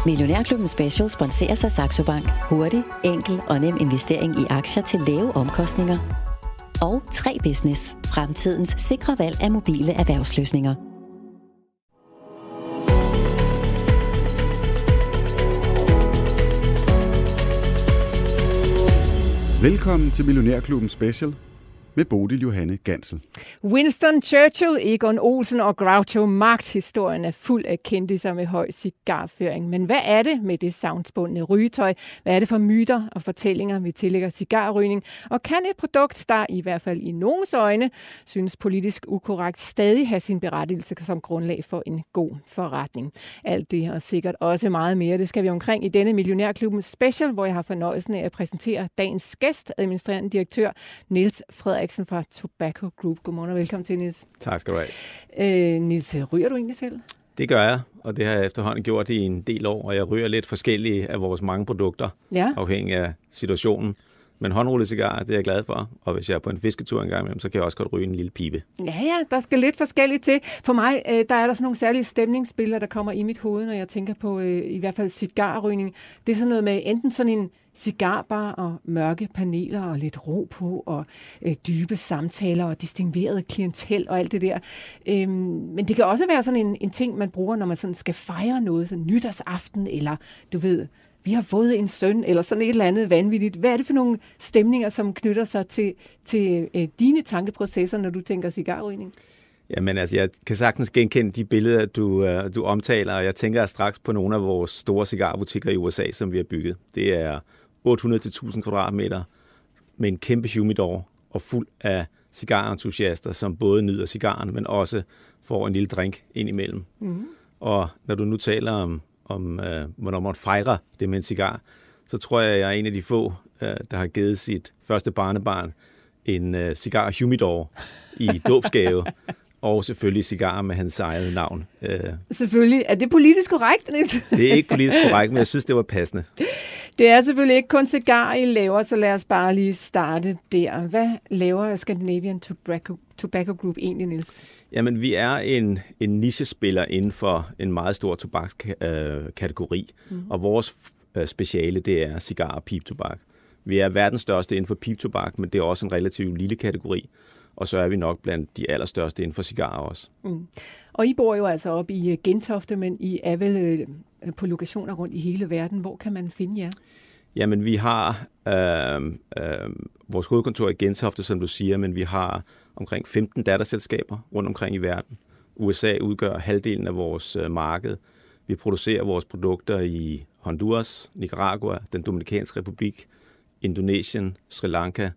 Millionærklubben Special sponseres af Saxo Bank. Hurtig, enkel og nem investering i aktier til lave omkostninger. Og 3Business. Fremtidens sikre valg af mobile erhvervsløsninger. Velkommen til Millionærklubben Special med Bodil Johanne Gansel. Winston Churchill, Egon Olsen og Groucho Marx. Historien er fuld af kendisser med høj cigarføring. Men hvad er det med det savnsbundne rygetøj? Hvad er det for myter og fortællinger, vi tillægger cigarrygning? Og kan et produkt, der i hvert fald i nogens øjne synes politisk ukorrekt, stadig have sin berettigelse som grundlag for en god forretning? Alt det og sikkert også meget mere, det skal vi omkring i denne Millionærklubben Special, hvor jeg har fornøjelsen af at præsentere dagens gæst, administrerende direktør Niels Frederiksen fra Tobacco Group. Godmorgen og velkommen til, Niels. Tak skal du have. Niels, ryger du egentlig selv? Det gør jeg, og det har jeg efterhånden gjort i en del år, og jeg ryger lidt forskellige af vores mange produkter, afhængig af situationen. Men håndrullede cigarer, det er jeg glad for, og hvis jeg er på en fisketur en gang imellem, så kan jeg også godt ryge en lille pibe. Ja, der skal lidt forskelligt til. For mig, der er der sådan nogle særlige stemningsbilleder, der kommer i mit hoved, når jeg tænker på i hvert fald cigarrygning. Det er sådan noget med enten sådan en cigarbar og mørke paneler og lidt ro på og dybe samtaler og distingueret klientel og alt det der. Men det kan også være sådan en ting, man bruger, når man sådan skal fejre noget, sådan nytårsaften, eller du ved, vi har fået en søn, eller sådan et eller andet vanvittigt. Hvad er det for nogle stemninger, som knytter sig til dine tankeprocesser, når du tænker cigarrygning? Jamen altså, jeg kan sagtens genkende de billeder, du omtaler, og jeg tænker straks på nogle af vores store cigarbutikker i USA, som vi har bygget. Det er 800-1000 kvadratmeter med en kæmpe humidor og fuld af cigarentusiaster, som både nyder cigaren, men også får en lille drink indimellem. Mm. Og når du nu taler om hvornår man fejrer det med en cigar, så tror jeg er en af de få, der har givet sit første barnebarn en cigar humidor i dåbsgave, og selvfølgelig cigarer med hans eget navn. Selvfølgelig. Er det politisk korrekt, Niels? Det er ikke politisk korrekt, men jeg synes, det var passende. Det er selvfølgelig ikke kun cigarer, I laver, så lad os bare lige starte der. Hvad laver Scandinavian Tobacco Group egentlig, Niels? Jamen, vi er en nichespiller inden for en meget stor tobakskategori, og vores speciale, det er cigar og piptobak. Vi er verdens største inden for piptobak, men det er også en relativt lille kategori, og så er vi nok blandt de allerstørste inden for cigarer også. Mm. Og I bor jo altså op i Gentofte, men I er vel på lokationer rundt i hele verden. Hvor kan man finde jer? Jamen, vi har vores hovedkontor i Gentofte, som du siger, men vi har omkring 15 datterselskaber rundt omkring i verden. USA udgør halvdelen af vores marked. Vi producerer vores produkter i Honduras, Nicaragua, den Dominikanske Republik, Indonesien, Sri Lanka,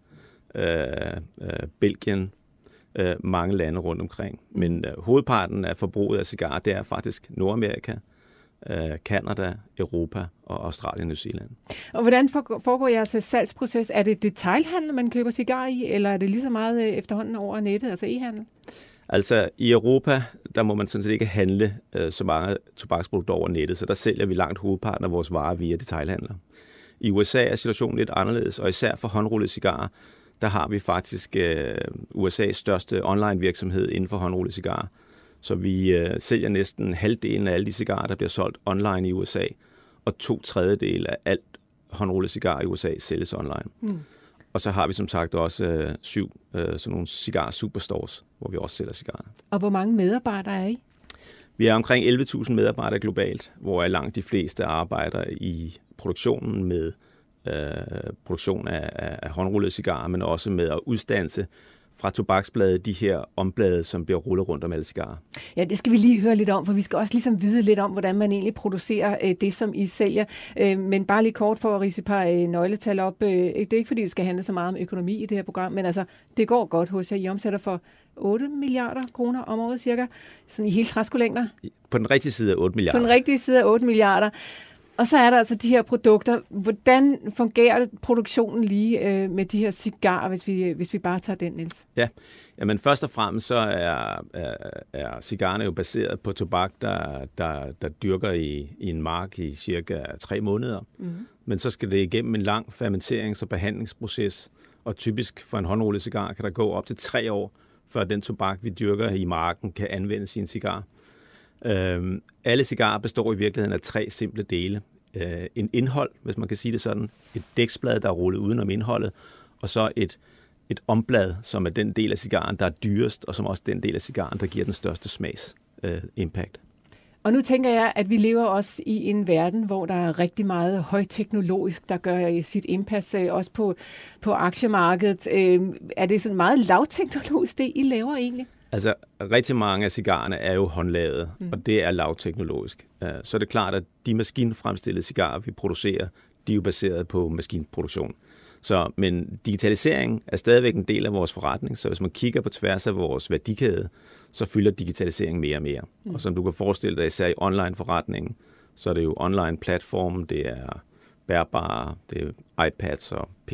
Belgien, mange lande rundt omkring. Men hovedparten af forbruget af cigarer, det er faktisk Nordamerika, Canada, Europa og Australien og New Zealand. Og hvordan foregår jeres salgsproces? Er det detailhandel, man køber cigarer i, eller er det lige så meget efterhånden over nettet, altså e-handel? Altså i Europa, der må man sådan set ikke handle så mange tobaksprodukter over nettet, så der sælger vi langt hovedparten af vores varer via detailhandler. I USA er situationen lidt anderledes, og især for håndrullede cigarer, der har vi faktisk USA's største online virksomhed inden for håndrullede cigarer. Så vi sælger næsten halvdelen af alle de cigarer, der bliver solgt online i USA, og 2/3 af alt håndrullede cigarer i USA sælges online. Mm. Og så har vi som sagt også 7 sådan nogle cigar superstores, hvor vi også sælger cigarer. Og hvor mange medarbejdere er I? Vi er omkring 11.000 medarbejdere globalt, hvor langt de fleste arbejder i produktionen med produktion af håndrullede cigarer, men også med at udstanse fra tobaksbladet, de her omblade, som bliver rullet rundt om alle cigarer. Ja, det skal vi lige høre lidt om, for vi skal også ligesom vide lidt om, hvordan man egentlig producerer det, som I sælger. Men bare lige kort for at ridse et par nøgletal op. Det er ikke, fordi det skal handle så meget om økonomi i det her program, men altså, det går godt hos jer. I omsætter for 8 milliarder kroner om året cirka, sådan i hele træskolængder. På den rigtige side af 8 milliarder. På den rigtige side af 8 milliarder. Og så er der altså de her produkter. Hvordan fungerer produktionen lige med de her cigarer, hvis vi bare tager den, Niels? Ja, men først og fremmest så er cigarerne jo baseret på tobak, der dyrker i en mark i cirka 3 måneder. Mm-hmm. Men så skal det igennem en lang fermenterings- og behandlingsproces, og typisk for en håndrullet cigar kan der gå op til 3 år, før den tobak, vi dyrker i marken, kan anvendes i en cigar. Alle cigarer består i virkeligheden af 3 simple dele. En indhold, hvis man kan sige det sådan, et dæksblad, der er rullet udenom indholdet, og så et omblad, som er den del af cigaren, der er dyrest, og som også den del af cigaren, der giver den største smags impact. Og nu tænker jeg, at vi lever også i en verden, hvor der er rigtig meget højteknologisk, der gør sit indpas også på aktiemarkedet. Er det sådan meget lavteknologisk, det I laver egentlig? Altså, rigtig mange af cigarerne er jo håndlavet, og det er lavteknologisk. Så er det klart, at de maskinfremstillede cigarer, vi producerer, de er jo baseret på maskinproduktion. Men digitalisering er stadigvæk en del af vores forretning, så hvis man kigger på tværs af vores værdikæde, så fylder digitalisering mere og mere. Og som du kan forestille dig, især i online-forretningen, så er det jo online-platform, det er bærbare, det er iPads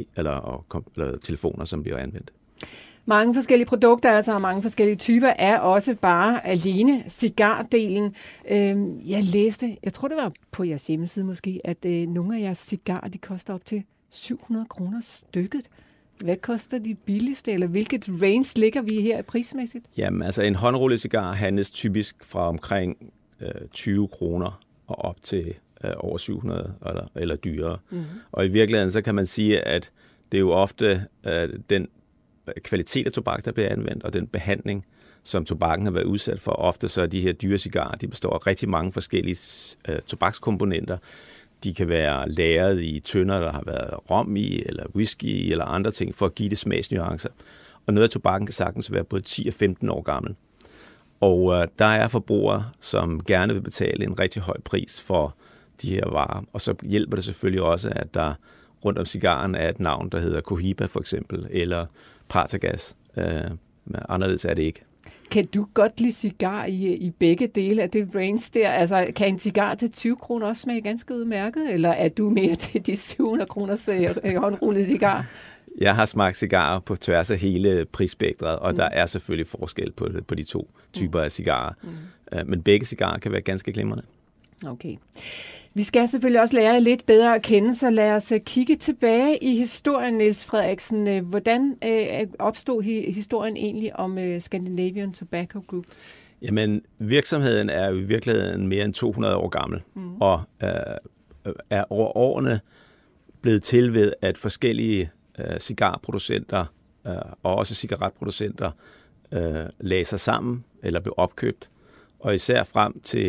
eller telefoner, som bliver anvendt. Mange forskellige produkter, altså mange forskellige typer, er også bare alene cigardelen. Jeg læste, jeg tror det var på jeres hjemmeside måske, at nogle af jeres cigarer, de koster op til 700 kroner stykket. Hvad koster de billigste, eller hvilket range ligger vi her prismæssigt? Jamen, altså en håndrullet cigar handles typisk fra omkring 20 kroner og op til over 700 eller dyrere. Og i virkeligheden, så kan man sige, at det er jo ofte den kvalitet af tobak, der bliver anvendt, og den behandling, som tobakken har været udsat for. Ofte så er de her dyre cigarer, de består af rigtig mange forskellige tobakskomponenter. De kan være lagret i tønder, der har været rom i, eller whisky i, eller andre ting, for at give det smagsnuancer. Og noget af tobakken kan sagtens være både 10 og 15 år gammel. Og der er forbrugere, som gerne vil betale en rigtig høj pris for de her varer. Og så hjælper det selvfølgelig også, at der rundt om cigaren er et navn, der hedder Cohiba for eksempel, eller Partagas. Anderledes er det ikke. Kan du godt lide cigar i begge dele af det range der? Altså, kan en cigar til 20 kroner også smage ganske udmærket, eller er du mere til de 700 kroners håndrullede cigar? Jeg har smagt cigarer på tværs af hele prisspektret, og der er selvfølgelig forskel på de 2 typer af cigarer. Men begge cigarer kan være ganske glimrende. Okay. Vi skal selvfølgelig også lære lidt bedre at kende, så lad os kigge tilbage i historien, Niels Frederiksen. Hvordan opstod historien egentlig om Scandinavian Tobacco Group? Jamen, virksomheden er jo i virkeligheden mere end 200 år gammel, og er over årene blevet til ved, at forskellige cigarproducenter og også cigaretproducenter lagde sig sammen eller blev opkøbt. Og især frem til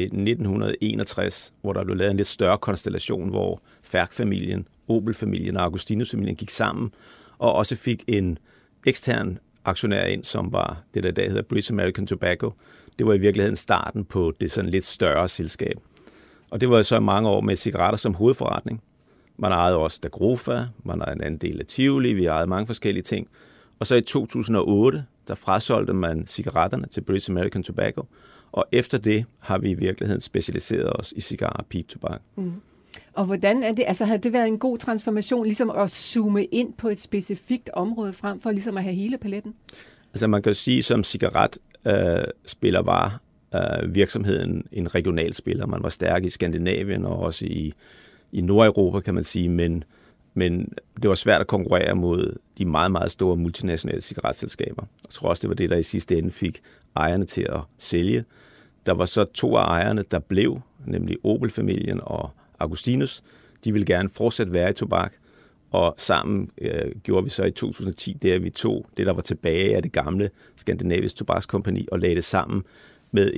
1961, hvor der blev lavet en lidt større konstellation, hvor Færch-familien, Opel-familien og Augustinus-familien gik sammen, og også fik en ekstern aktionær ind, som var det, der i dag hedder British American Tobacco. Det var i virkeligheden starten på det sådan lidt større selskab. Og det var så mange år med cigaretter som hovedforretning. Man ejede også Dagrofa, man ejede en anden del af Tivoli, vi ejede mange forskellige ting. Og så i 2008, der frasolgte man cigaretterne til British American Tobacco, og efter det har vi i virkeligheden specialiseret os i cigar og pibetobak. Og hvordan er det? Altså har det været en god transformation, ligesom at zoome ind på et specifikt område, frem for ligesom at have hele paletten? Altså man kan sige, som cigaretspiller var virksomheden en regional spiller. Man var stærk i Skandinavien og også i Nordeuropa, kan man sige, men det var svært at konkurrere mod de meget, meget store multinationale cigaretselskaber. Jeg tror også, det var det, der i sidste ende fik ejerne til at sælge. Der var så 2 af ejerne, der blev, nemlig Opel-familien og Augustinus. De ville gerne fortsat være i tobak, og sammen gjorde vi så i 2010, det vi tog det, der var tilbage af det gamle Skandinavisk Tobakskompagni, og lagde det sammen med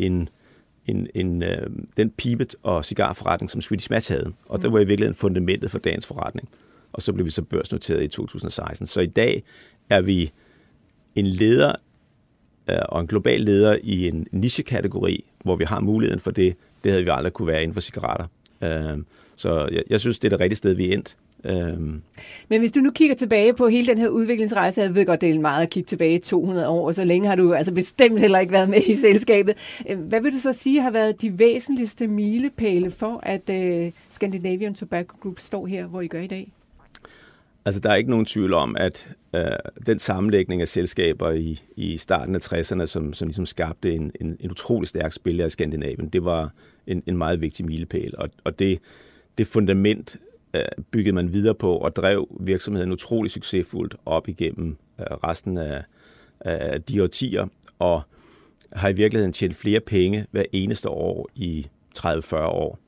den pibet- og cigarforretning, som Swedish Match havde. Og det var i virkeligheden fundamentet for dagens forretning. Og så blev vi så børsnoteret i 2016. Så i dag er vi en leder og en global leder i en nichekategori, hvor vi har muligheden for det. Det havde vi aldrig kunne være inden for cigaretter. Så jeg synes, det er det rigtige sted, vi er endt. Men hvis du nu kigger tilbage på hele den her udviklingsrejse, jeg ved godt, det er meget at kigge tilbage 200 år, og så længe har du altså bestemt heller ikke været med i selskabet. Hvad vil du så sige har været de væsentligste milepæle for, at Scandinavian Tobacco Group står her, hvor I gør i dag? Altså, der er ikke nogen tvivl om, at den sammenlægning af selskaber i starten af 60'erne, som ligesom skabte en utrolig stærk spiller i Skandinavien, det var en meget vigtig milepæl. Og det fundament byggede man videre på og drev virksomheden utrolig succesfuldt op igennem resten af de årtier. Og har i virkeligheden tjent flere penge hver eneste år i 30-40 år.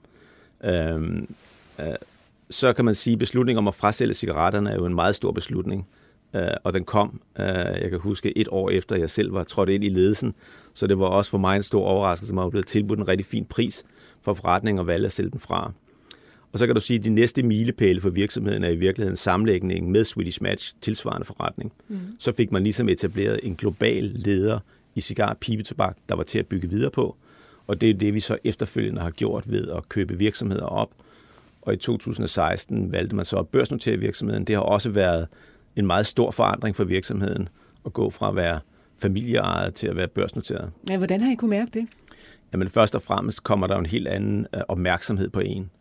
Så kan man sige, at beslutningen om at frasælge cigaretterne er jo en meget stor beslutning. Og den kom, jeg kan huske, 1 år efter jeg selv var trådt ind i ledelsen. Så det var også for mig en stor overraskelse, at man var blevet tilbudt en rigtig fin pris for forretningen og valgte at sælge den fra. Og så kan du sige, at de næste milepæle for virksomheden er i virkeligheden sammenlægningen med Swedish Match, tilsvarende forretning. Så fik man ligesom etableret en global leder i cigar- og pibetobak, der var til at bygge videre på. Og det er det, vi så efterfølgende har gjort ved at købe virksomheder op. Og i 2016 valgte man så at børsnotere virksomheden. Det har også været en meget stor forandring for virksomheden at gå fra at være familieejet til at være børsnoteret. Ja, hvordan har I kunne mærke det? Jamen først og fremmest kommer der en helt anden opmærksomhed på en.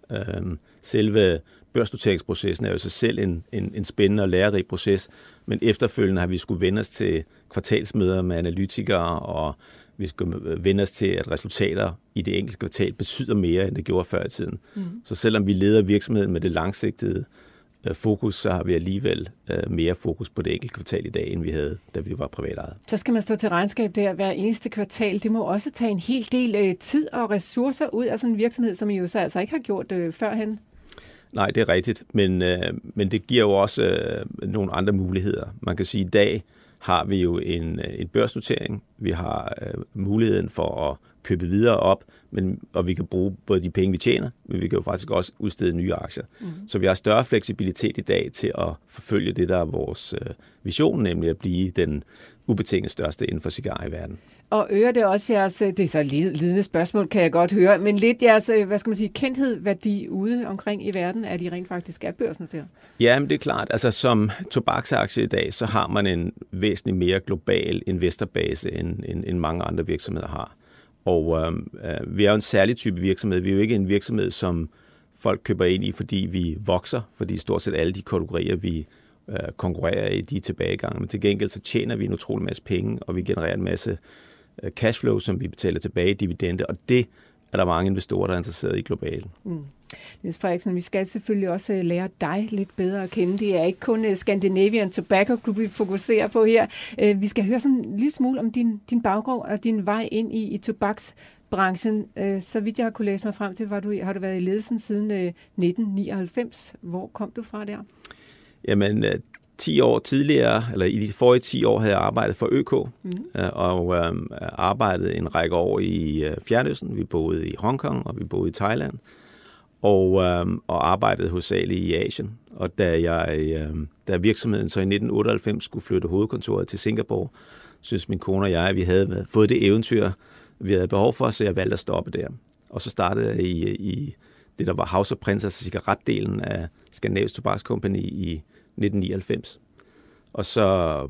Selve børsnoteringsprocessen er jo sig selv en spændende og lærerig proces, men efterfølgende har vi skulle vende os til kvartalsmøder med analytikere, og vi skulle vende os til, at resultater i det enkelte kvartal betyder mere, end det gjorde før i tiden. Så selvom vi leder virksomheden med det langsigtede fokus, så har vi alligevel mere fokus på det enkelte kvartal i dag, end vi havde, da vi var privatejet. Så skal man stå til regnskab der hver eneste kvartal. Det må også tage en hel del tid og ressourcer ud af sådan en virksomhed, som I jo så altså ikke har gjort førhen. Nej, det er rigtigt, men det giver jo også nogle andre muligheder. Man kan sige, at i dag har vi jo en børsnotering. Vi har muligheden for at købe videre op, og vi kan bruge både de penge, vi tjener, men vi kan jo faktisk også udstede nye aktier. Så vi har større fleksibilitet i dag til at forfølge det, der er vores vision, nemlig at blive den ubetinget største inden for cigarer i verden. Og øger det også jeres, det er så ledende spørgsmål, kan jeg godt høre, men lidt jeres, kendthed, værdi ude omkring i verden, at de rent faktisk er børsnoteret? Ja, men det er klart. Altså som tobaksaktie i dag, så har man en væsentligt mere global investorbase, end mange andre virksomheder har. Og vi er jo en særlig type virksomhed. Vi er jo ikke en virksomhed, som folk køber ind i, fordi vi vokser, fordi stort set alle de kategorier, vi konkurrerer i, de er tilbagegang. Men til gengæld så tjener vi en utrolig masse penge, og vi genererer en masse cashflow, som vi betaler tilbage i dividende, og det er der mange investorer, der er interesseret i globalt. Niels Frederiksen, vi skal selvfølgelig også lære dig lidt bedre at kende. Det er ikke kun Scandinavian Tobacco Group, vi fokuserer på her. Vi skal høre sådan en lille smule om din baggrund og din vej ind i tobaksbranchen. Så vidt jeg har kunne læse mig frem til, har du været i ledelsen siden 1999. Hvor kom du fra der? Jamen, 10 år tidligere, eller i de forrige 10 år, havde jeg arbejdet for ØK, og arbejdet en række år i Fjernøsten. Vi boede i Hongkong, og vi boede i Thailand, og arbejdede hovedsageligt i Asien. Og da virksomheden så i 1998 skulle flytte hovedkontoret til Singapore, synes min kone og jeg, at vi havde fået det eventyr, vi havde behov for, så jeg valgte at stoppe der. Og så startede jeg i det, der var House of Prince, altså cigaretdelen af Skandinavisk Tobakskompagni i 1999. Og så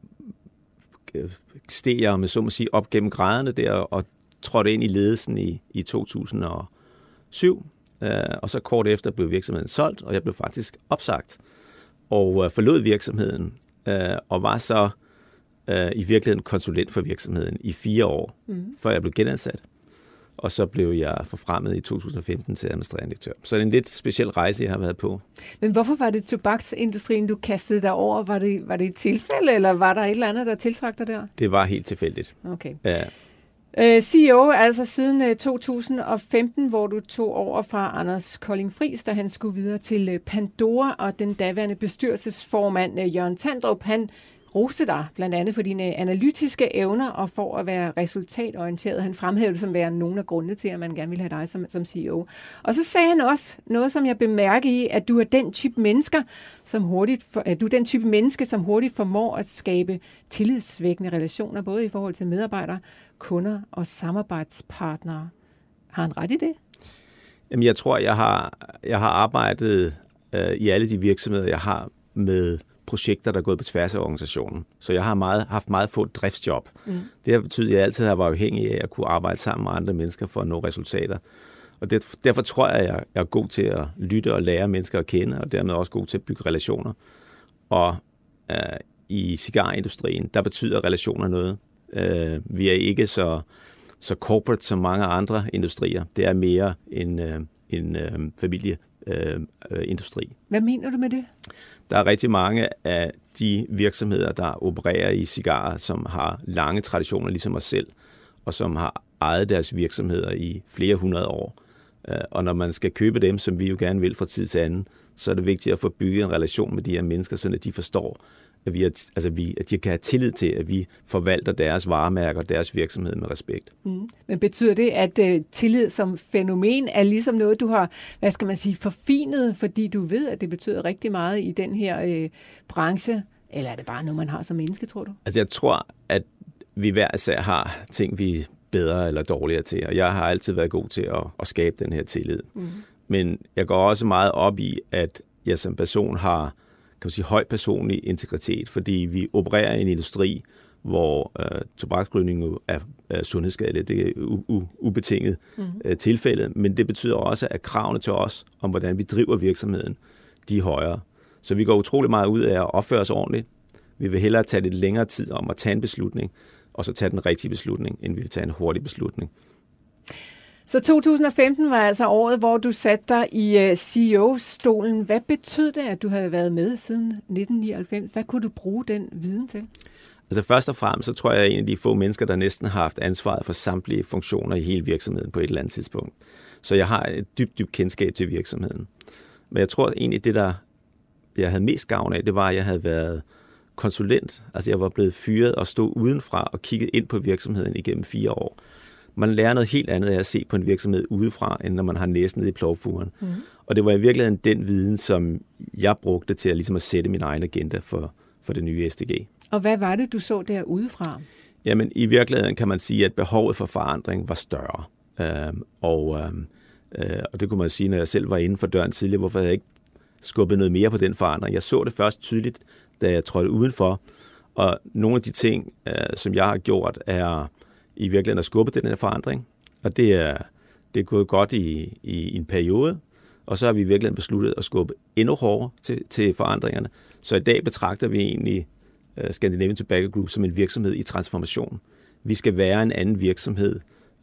steg jeg med så må sige op gennem graderne der og trådte ind i ledelsen i 2007. Og så kort efter blev virksomheden solgt, og jeg blev faktisk opsagt og forlod virksomheden og var så i virkeligheden konsulent for virksomheden i 4 år, før jeg blev genansat. Og så blev jeg forfremmet i 2015 til administrerende direktør. Så det er en lidt speciel rejse, jeg har været på. Men hvorfor var det tobaksindustrien, du kastede dig over? Var det et tilfælde, eller var der et eller andet, der tiltrak dig der? Det var helt tilfældigt. Okay. Ja. CEO altså siden 2015, hvor du tog over fra Anders Kolding Friis, da han skulle videre til Pandora, og den daværende bestyrelsesformand Jørgen Tandrup, han roste dig blandt andet for dine analytiske evner og for at være resultatorienteret. Han fremhævede det som være nogle af grundene til, at man gerne ville have dig som CEO. Og så sagde han også noget, som jeg bemærker i, at du er den type menneske, som hurtigt formår at skabe tillidsvækkende relationer, både i forhold til medarbejdere, kunder og samarbejdspartnere. Har han ret i det? Jamen, jeg tror, jeg har arbejdet i alle de virksomheder, jeg har med projekter, der er gået på tværs af organisationen. Så jeg har haft meget få driftsjob. Det har betydet, at jeg altid har været afhængig af at kunne arbejde sammen med andre mennesker for at nå resultater. Og derfor tror jeg, at jeg er god til at lytte og lære mennesker at kende, og dermed også god til at bygge relationer. Og i cigarindustrien, der betyder relationer noget. Vi er ikke så corporate som mange andre industrier. Det er mere en familieindustri. Hvad mener du med det? Der er rigtig mange af de virksomheder, der opererer i cigarer, som har lange traditioner, ligesom os selv. og som har ejet deres virksomheder i flere hundrede år. Og når man skal købe dem, som vi jo gerne vil fra tid til anden, så er det vigtigt at få bygget en relation med de her mennesker, så de forstår, at de kan have tillid til, at vi forvalter deres varemærker, deres virksomhed med respekt. Men betyder det, at tillid som fænomen er ligesom noget, du har, forfinet, fordi du ved, at det betyder rigtig meget i den her branche? Eller er det bare noget, man har som menneske, tror du? Altså jeg tror, at vi hver især har ting, vi er bedre eller dårligere til, og jeg har altid været god til at skabe den her tillid. Men jeg går også meget op i, at jeg som person har høj personlig integritet, fordi vi opererer i en industri, hvor tobaksrygning er sundhedsskadeligt. Det er ubetinget tilfældet, men det betyder også, at kravene til os om, hvordan vi driver virksomheden, de er højere. Så vi går utrolig meget ud af at opføre os ordentligt. Vi vil hellere tage lidt længere tid om at tage en beslutning, og så tage den rigtige beslutning, end vi vil tage en hurtig beslutning. Så 2015 var altså året, hvor du satte dig i CEO-stolen. Hvad betød det, at du havde været med siden 1999? Hvad kunne du bruge den viden til? Altså først og fremmest, så tror jeg, at jeg er en af de få mennesker, der næsten har haft ansvaret for samtlige funktioner i hele virksomheden på et eller andet tidspunkt. Så jeg har et dybt kendskab til virksomheden. Men jeg tror egentlig, det der jeg havde mest gavn af, det var, at jeg havde været konsulent. Altså jeg var blevet fyret og stod udenfra og kigget ind på virksomheden igennem 4 år. Man lærer noget helt andet af at se på en virksomhed udefra, end når man har næsen nede i plovfuren. Og det var i virkeligheden den viden, som jeg brugte til at sætte min egen agenda for det nye SDG. Og hvad var det, du så der udefra? Jamen i virkeligheden kan man sige, at behovet for forandring var større. Og det kunne man sige, når jeg selv var inde for døren tidligere, hvorfor jeg ikke skubbet noget mere på den forandring. Jeg så det først tydeligt, da jeg trådte udenfor. Og nogle af de ting, som jeg har gjort, er i virkeligheden at skubbe til den her forandring. Og det er gået godt i en periode. Og så har vi i virkeligheden besluttet at skubbe endnu hårdere til forandringerne. Så i dag betragter vi egentlig Scandinavian Tobacco Group som en virksomhed i transformation. Vi skal være en anden virksomhed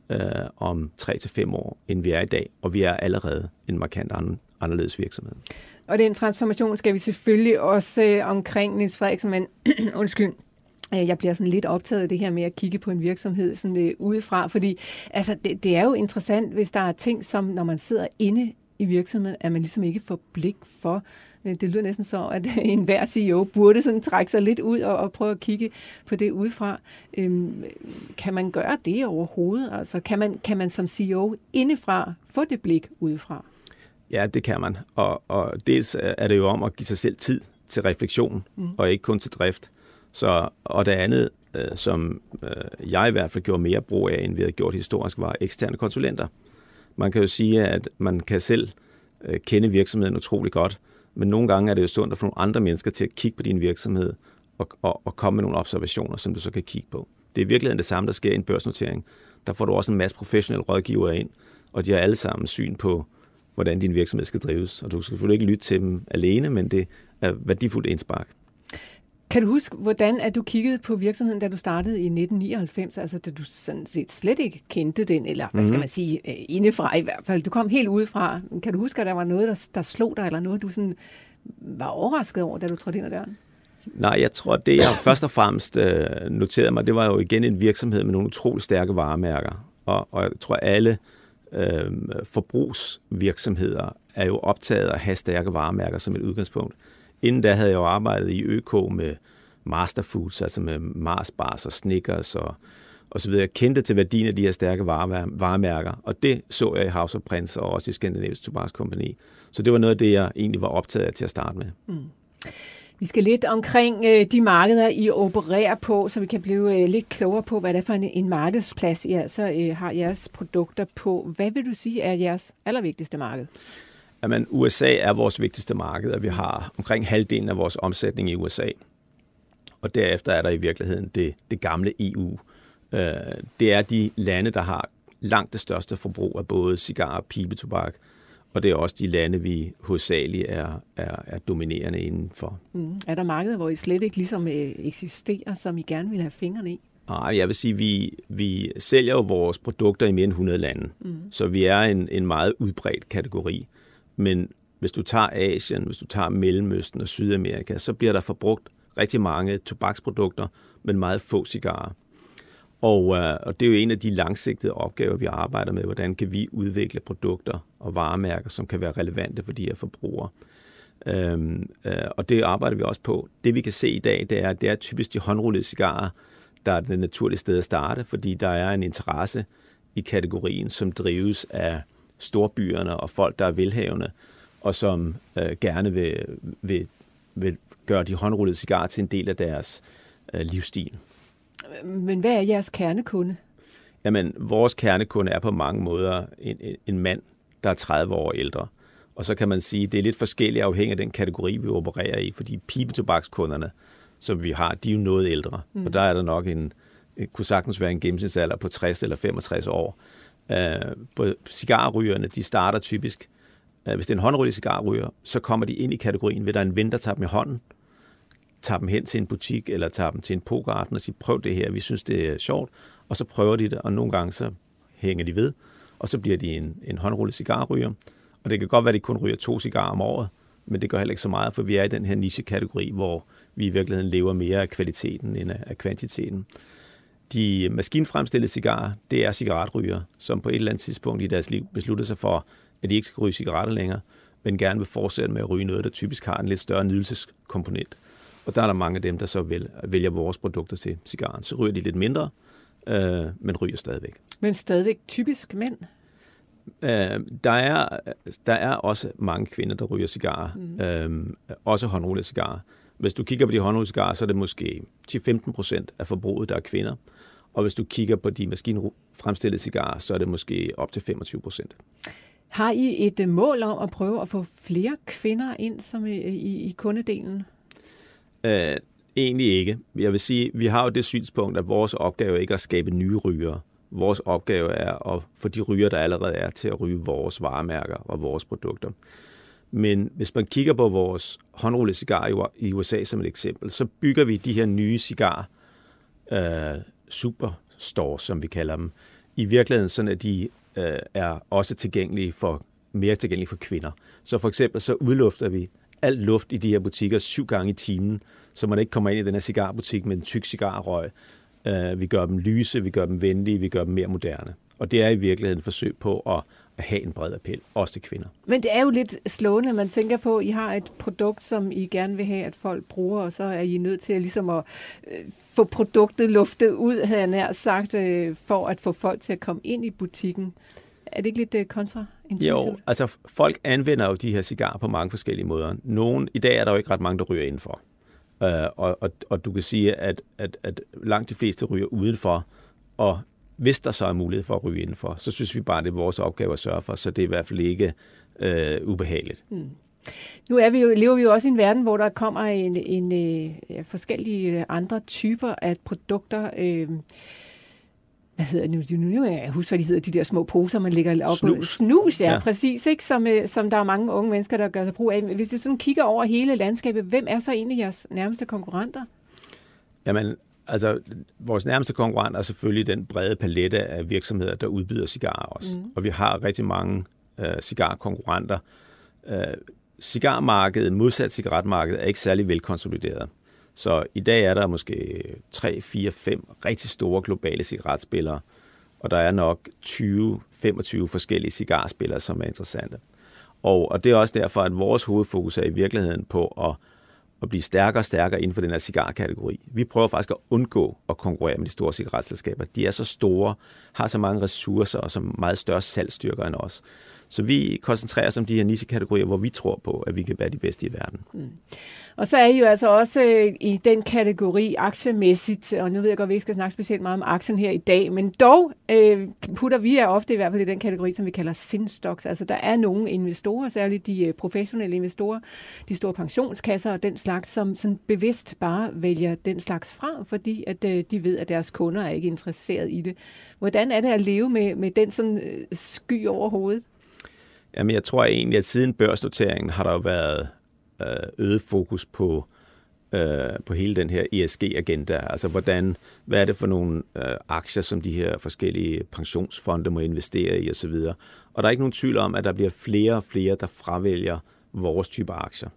om 3-5 år, end vi er i dag. Og vi er allerede en markant anderledes virksomhed. Og den transformation skal vi selvfølgelig også omkring, Niels Frederiksen, men undskyld. Jeg bliver sådan lidt optaget af det her med at kigge på en virksomhed sådan udefra, fordi altså, det er jo interessant, hvis der er ting, som når man sidder inde i virksomheden, at man ligesom ikke får blik for. Det lyder næsten så, at enhver CEO burde sådan trække sig lidt ud og prøve at kigge på det udefra. Kan man gøre det overhovedet? Altså, kan man som CEO indefra få det blik udefra? Ja, det kan man. Og dels er det jo om at give sig selv tid til refleksion, og ikke kun til drift. Og det andet, som jeg i hvert fald gjorde mere brug af, end vi havde gjort historisk, var eksterne konsulenter. Man kan jo sige, at man kan selv kende virksomheden utrolig godt, men nogle gange er det jo sundt at få nogle andre mennesker til at kigge på din virksomhed og komme med nogle observationer, som du så kan kigge på. Det er i virkeligheden det samme, der sker i en børsnotering. Der får du også en masse professionelle rådgivere ind, og de har alle sammen syn på, hvordan din virksomhed skal drives. Og du skal selvfølgelig ikke lytte til dem alene, men det er værdifuldt indspark. Kan du huske, hvordan at du kiggede på virksomheden, da du startede i 1999, altså da du sådan set slet ikke kendte den, eller hvad skal man sige, indefra i hvert fald. Du kom helt udefra. Kan du huske, at der var noget, der slog dig, eller noget, du sådan var overrasket over, da du trådte ind ad døren? Nej, jeg tror, det jeg først og fremmest noterede mig, det var jo igen en virksomhed med nogle utrolig stærke varemærker. Og jeg tror, alle forbrugsvirksomheder er jo optaget af at have stærke varemærker som et udgangspunkt. Inden da havde jeg jo arbejdet i ØK med Masterfoods, altså med Mars Bars og Snickers og så videre. Jeg kendte til værdien af de her stærke varemærker, og det så jeg i House of Prince og også i Scandinavian Tobacco Company. Så det var noget af det, jeg egentlig var optaget af til at starte med. Vi skal lidt omkring de markeder, I opererer på, så vi kan blive lidt klogere på, hvad det er for en markedsplads, I altså har jeres produkter på. Hvad vil du sige er jeres allervigtigste marked? Jamen, USA er vores vigtigste marked, og vi har omkring halvdelen af vores omsætning i USA. Og derefter er der i virkeligheden det gamle EU. Det er de lande, der har langt det største forbrug af både cigarer og pibetobak, og det er også de lande, vi hovedsageligt er dominerende indenfor. Er der markeder, hvor I slet ikke ligesom eksisterer, som I gerne vil have fingrene i? Nej, jeg vil sige, vi sælger jo vores produkter i mere end 100 lande, så vi er en meget udbredt kategori. Men hvis du tager Asien, hvis du tager Mellemøsten og Sydamerika, så bliver der forbrugt rigtig mange tobaksprodukter, men meget få cigarer. Og det er jo en af de langsigtede opgaver, vi arbejder med. Hvordan kan vi udvikle produkter og varemærker, som kan være relevante for de her forbrugere. Og det arbejder vi også på. Det vi kan se i dag, det er typisk de håndrullede cigarer, der er det naturlige sted at starte, fordi der er en interesse i kategorien, som drives af storbyerne og folk, der er velhavende, og som gerne vil gøre de håndrullede cigarer til en del af deres livsstil. Men hvad er jeres kernekunde? Jamen, vores kernekunde er på mange måder en mand, der er 30 år ældre. Og så kan man sige, at det er lidt forskelligt afhængig af den kategori, vi opererer i, fordi pibetobakskunderne, som vi har, de er jo noget ældre. Og der er der nok kunne sagtens være en gennemsnitsalder på 60 eller 65 år. På cigarrygerne, de starter typisk, hvis det er en håndrullet cigarryger, så kommer de ind i kategorien, ved der er en ven, der tager dem i hånden, tager dem hen til en butik, eller tager dem til en pokeraften og siger, prøv det her, vi synes, det er sjovt. Og så prøver de det, og nogle gange så hænger de ved, og så bliver de en håndrullet cigarryger. Og det kan godt være, at de kun ryger 2 cigarer om året, men det gør heller ikke så meget, for vi er i den her niche-kategori, hvor vi i virkeligheden lever mere af kvaliteten end af kvantiteten. De maskinfremstillede cigarer, det er cigaretryger, som på et eller andet tidspunkt i deres liv beslutter sig for, at de ikke skal ryge cigaretter længere, men gerne vil fortsætte med at ryge noget, der typisk har en lidt større nydelseskomponent. Og der er der mange af dem, der så vælger vores produkter til cigaren. Så ryger de lidt mindre, men ryger stadigvæk. Men stadigvæk typisk mænd? Der er også mange kvinder, der ryger cigarer. Også håndrullede cigarer. Hvis du kigger på de håndrullede cigarer, så er det måske 10-15% af forbruget, der er kvinder. Og hvis du kigger på de maskinfremstillede cigarer, så er det måske op til 25%. Har I et mål om at prøve at få flere kvinder ind som i kundedelen? Egentlig ikke. Jeg vil sige, vi har jo det synspunkt, at vores opgave ikke er at skabe nye rygere. Vores opgave er at få de ryger, der allerede er, til at ryge vores varemærker og vores produkter. Men hvis man kigger på vores håndrullede cigarer i USA som et eksempel, så bygger vi de her nye cigar superstores, som vi kalder dem, i virkeligheden sådan, at de er også mere tilgængelige for kvinder. Så for eksempel så udlufter vi alt luft i de her butikker 7 gange i timen, så man ikke kommer ind i den her cigarbutik med en tyk cigarrøg. Vi gør dem lyse, vi gør dem venlige, vi gør dem mere moderne. Og det er i virkeligheden et forsøg på at have en bred appel, også til kvinder. Men det er jo lidt slående, man tænker på, at I har et produkt, som I gerne vil have, at folk bruger, og så er I nødt til at få produktet luftet ud, havde jeg nær sagt, for at få folk til at komme ind i butikken. Er det ikke lidt kontraintuitivt? Jo, altså folk anvender jo de her cigarer på mange forskellige måder. I dag er der jo ikke ret mange, der ryger indenfor. Og du kan sige, at langt de fleste ryger udenfor, og hvis der så er mulighed for at ryge indenfor, så synes vi bare, det er vores opgave at sørge for, så det er i hvert fald ikke ubehageligt. Nu lever vi jo også i en verden, hvor der kommer forskellige andre typer af produkter. Hvad hedder det nu? Jeg husker, hvad de hedder, de der små poser, man lægger op på. Snus, ja, præcis, ikke? Som der er mange unge mennesker, der gør sig brug af. Hvis du sådan kigger over hele landskabet, hvem er så egentlig jeres nærmeste konkurrenter? Jamen, altså, vores nærmeste konkurrent er selvfølgelig den brede palette af virksomheder, der udbyder cigarer også. Og vi har rigtig mange cigarkonkurrenter. Cigarmarkedet, modsat cigaretmarkedet, er ikke særlig velkonsolideret. Så i dag er der måske 3, 4, 5 rigtig store globale cigaretspillere, og der er nok 20-25 forskellige cigarspillere, som er interessante. Og det er også derfor, at vores hovedfokus er i virkeligheden på at blive stærkere og stærkere inden for den her cigarkategori. Vi prøver faktisk at undgå at konkurrere med de store cigaretselskaber. De er så store, har så mange ressourcer og så meget større salgsstyrker end os. Så vi koncentrerer os om de her niche-kategorier, hvor vi tror på, at vi kan være de bedste i verden. Og så er I jo altså også i den kategori aktiemæssigt, og nu ved jeg godt, at vi ikke skal snakke specielt meget om aktien her i dag, men dog putter vi jer ofte i hvert fald i den kategori, som vi kalder sin-stocks. Altså der er nogle investorer, særligt de professionelle investorer, de store pensionskasser og den slags, som sådan bevidst bare vælger den slags fra, fordi at de ved, at deres kunder er ikke interesseret i det. Hvordan er det at leve med den sådan sky over hovedet? Jamen, jeg tror egentlig, at siden børsnoteringen har der jo været øget fokus på hele den her ESG-agenda. Altså, hvad er det for nogle aktier, som de her forskellige pensionsfonde må investere i osv. Og der er ikke nogen tvivl om, at der bliver flere og flere, der fravælger vores type aktier.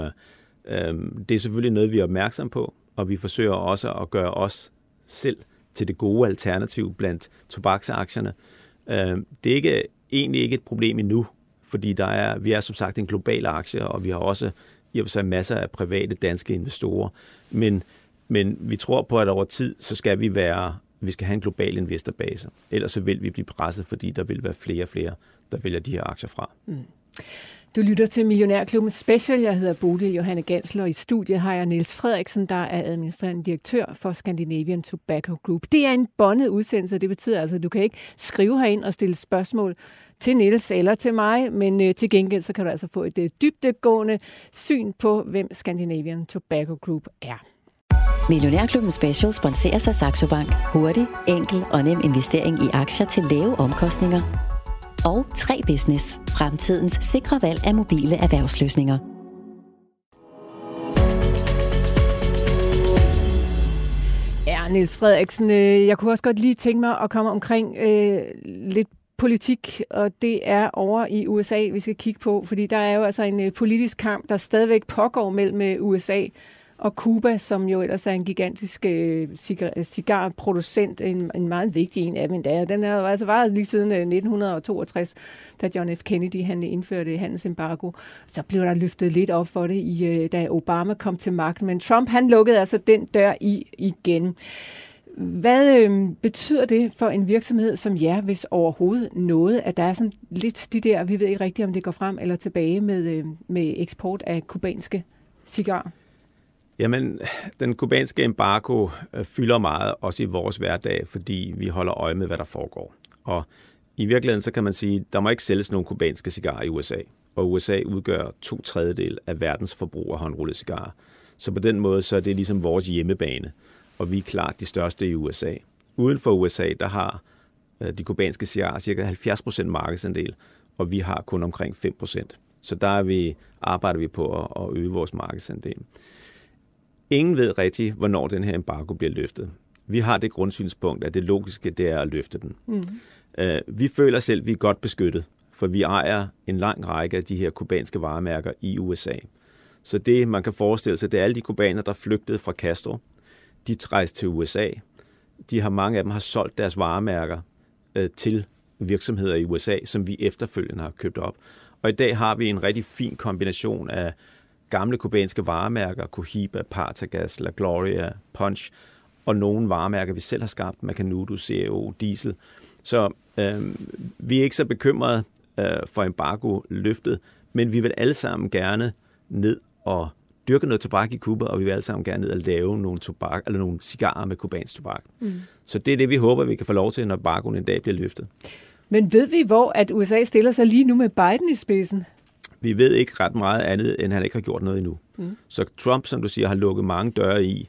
Det er selvfølgelig noget, vi er opmærksom på, og vi forsøger også at gøre os selv til det gode alternativ blandt tobaksaktierne. Det er egentlig ikke et problem endnu, fordi vi er som sagt en global aktie, og vi har også i og for sig masser af private danske investorer. Men vi tror på, at over tid, så skal vi skal have en global investorbase. Ellers så vil vi blive presset, fordi der vil være flere og flere, der vælger de her aktier fra. Mm. Du lytter til Millionærklubben Special. Jeg hedder Bodil Johanne Gansler, og i studiet har jeg Niels Frederiksen, der er administrerende direktør for Scandinavian Tobacco Group. Det er en båndet udsendelse, det betyder altså, at du kan ikke skrive herind og stille spørgsmål til Niels eller til mig, men til gengæld så kan du altså få et dybdegående syn på, hvem Scandinavian Tobacco Group er. Millionærklubben Special sponseres af Saxo Bank. Hurtig, enkel og nem investering i aktier til lave omkostninger. Og 3Business. Fremtidens sikre valg af mobile erhvervsløsninger. Ja, Niels Frederiksen, jeg kunne også godt lige tænke mig at komme omkring lidt politik, og det er over i USA, vi skal kigge på, fordi der er jo altså en politisk kamp, der stadigvæk pågår mellem USA og Cuba, som jo ellers er en gigantisk cigarproducent, en meget vigtig en af dem endda. Den har jo altså varet lige siden 1962, da John F. Kennedy han indførte handelsembargo. Så blev der løftet lidt op for det, da Obama kom til magten. Men Trump han lukkede altså den dør igen. Hvad betyder det for en virksomhed som jer, hvis overhovedet noget, at der er sådan lidt de der, vi ved ikke rigtigt, om det går frem eller tilbage med eksport af kubanske cigarer? Jamen, den kubanske embargo fylder meget, også i vores hverdag, fordi vi holder øje med, hvad der foregår. Og i virkeligheden, så kan man sige, at der må ikke sælges nogen kubanske cigarer i USA. Og USA udgør 2/3 af verdens forbrug af håndrullede cigarer. Så på den måde, så er det ligesom vores hjemmebane. Og vi er klart de største i USA. Uden for USA, der har de kubanske cigarer ca. 70% markedsandel, og vi har kun omkring 5%. Så der arbejder vi på at øge vores markedsandel. Ingen ved rigtigt, hvornår den her embargo bliver løftet. Vi har det grundsynspunkt, at det logiske det er at løfte den. Mm. Vi føler selv, at vi er godt beskyttet, for vi ejer en lang række af de her kubanske varemærker i USA. Så det, man kan forestille sig, det er alle de kubanere, der flygtede fra Castro. De rejste til USA. Mange af dem har solgt deres varemærker til virksomheder i USA, som vi efterfølgende har købt op. Og i dag har vi en rigtig fin kombination af gamle kubanske varemærker, Cohiba, Partagas, La Gloria, Punch, og nogle varemærker, vi selv har skabt, Macanudo, CAO, Diesel. Så vi er ikke så bekymrede for embargo-løftet, men vi vil alle sammen gerne ned og dyrke noget tobak i Cuba, og vi vil alle sammen gerne ned og lave nogle cigarer med kubansk tobak. Mm. Så det er det, vi håber, vi kan få lov til, når embargoen en dag bliver løftet. Men ved vi, hvor at USA stiller sig lige nu med Biden i spidsen? Vi ved ikke ret meget andet, end han ikke har gjort noget endnu. Mm. Så Trump, som du siger, har lukket mange døre i.